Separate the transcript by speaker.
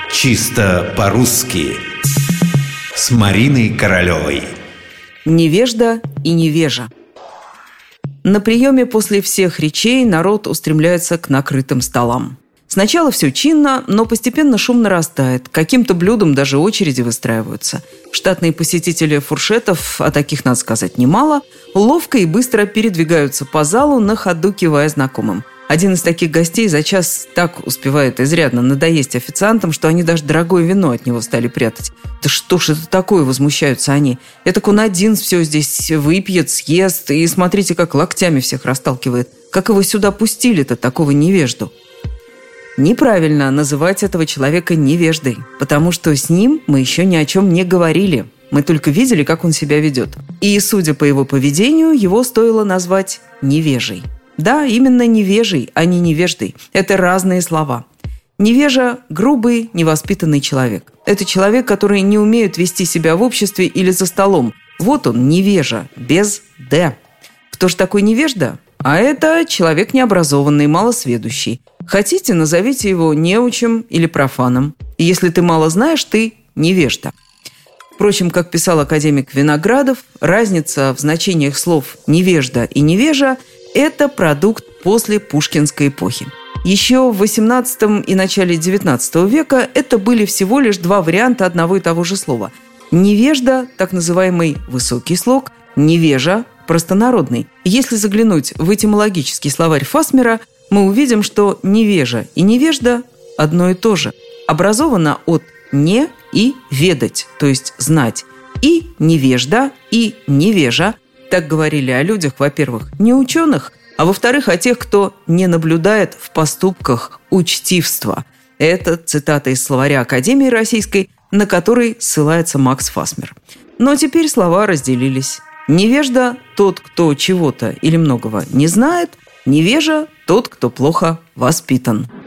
Speaker 1: Чисто по-русски с Мариной Королевой.
Speaker 2: Невежда и невежа. На приеме после всех речей народ устремляется к накрытым столам. Сначала все чинно, но постепенно шум нарастает. К каким-то блюдам даже очереди выстраиваются. Штатные посетители фуршетов, а таких, надо сказать, немало, ловко и быстро передвигаются по залу, на ходу кивая знакомым. Один из таких гостей за час так успевает изрядно надоесть официантам, что они даже дорогое вино от него стали прятать. «Да что ж это такое?» – возмущаются они. «Этак он один все здесь выпьет, съест, и смотрите, как локтями всех расталкивает. Как его сюда пустили-то, такого невежду?» Неправильно называть этого человека невеждой, потому что с ним мы еще ни о чем не говорили. Мы только видели, как он себя ведет. И, судя по его поведению, его стоило назвать невежей. Да, именно невежей, а не невеждой. Это разные слова. Невежа – грубый, невоспитанный человек. Это человек, который не умеет вести себя в обществе или за столом. Вот он, невежа, без «д». Кто же такой невежда? А это человек необразованный, малосведущий. Хотите, назовите его неучем или профаном. И если ты мало знаешь, ты невежда. Впрочем, как писал академик Виноградов, разница в значениях слов «невежда» и «невежа» – это продукт после пушкинской эпохи. Еще в XVIII и начале XIX века это были всего лишь два варианта одного и того же слова. Невежда – так называемый высокий слог, невежа – простонародный. Если заглянуть в этимологический словарь Фасмера, мы увидим, что невежа и невежда – одно и то же. Образовано от «не» и «ведать», то есть «знать». И невежда, и невежа – так говорили о людях, во-первых, не ученых, а во-вторых, о тех, кто не наблюдает в поступках учтивства. Это цитата из словаря Академии Российской, на который ссылается Макс Фасмер. Но теперь слова разделились. Невежда – тот, кто чего-то или многого не знает, невежа – тот, кто плохо воспитан.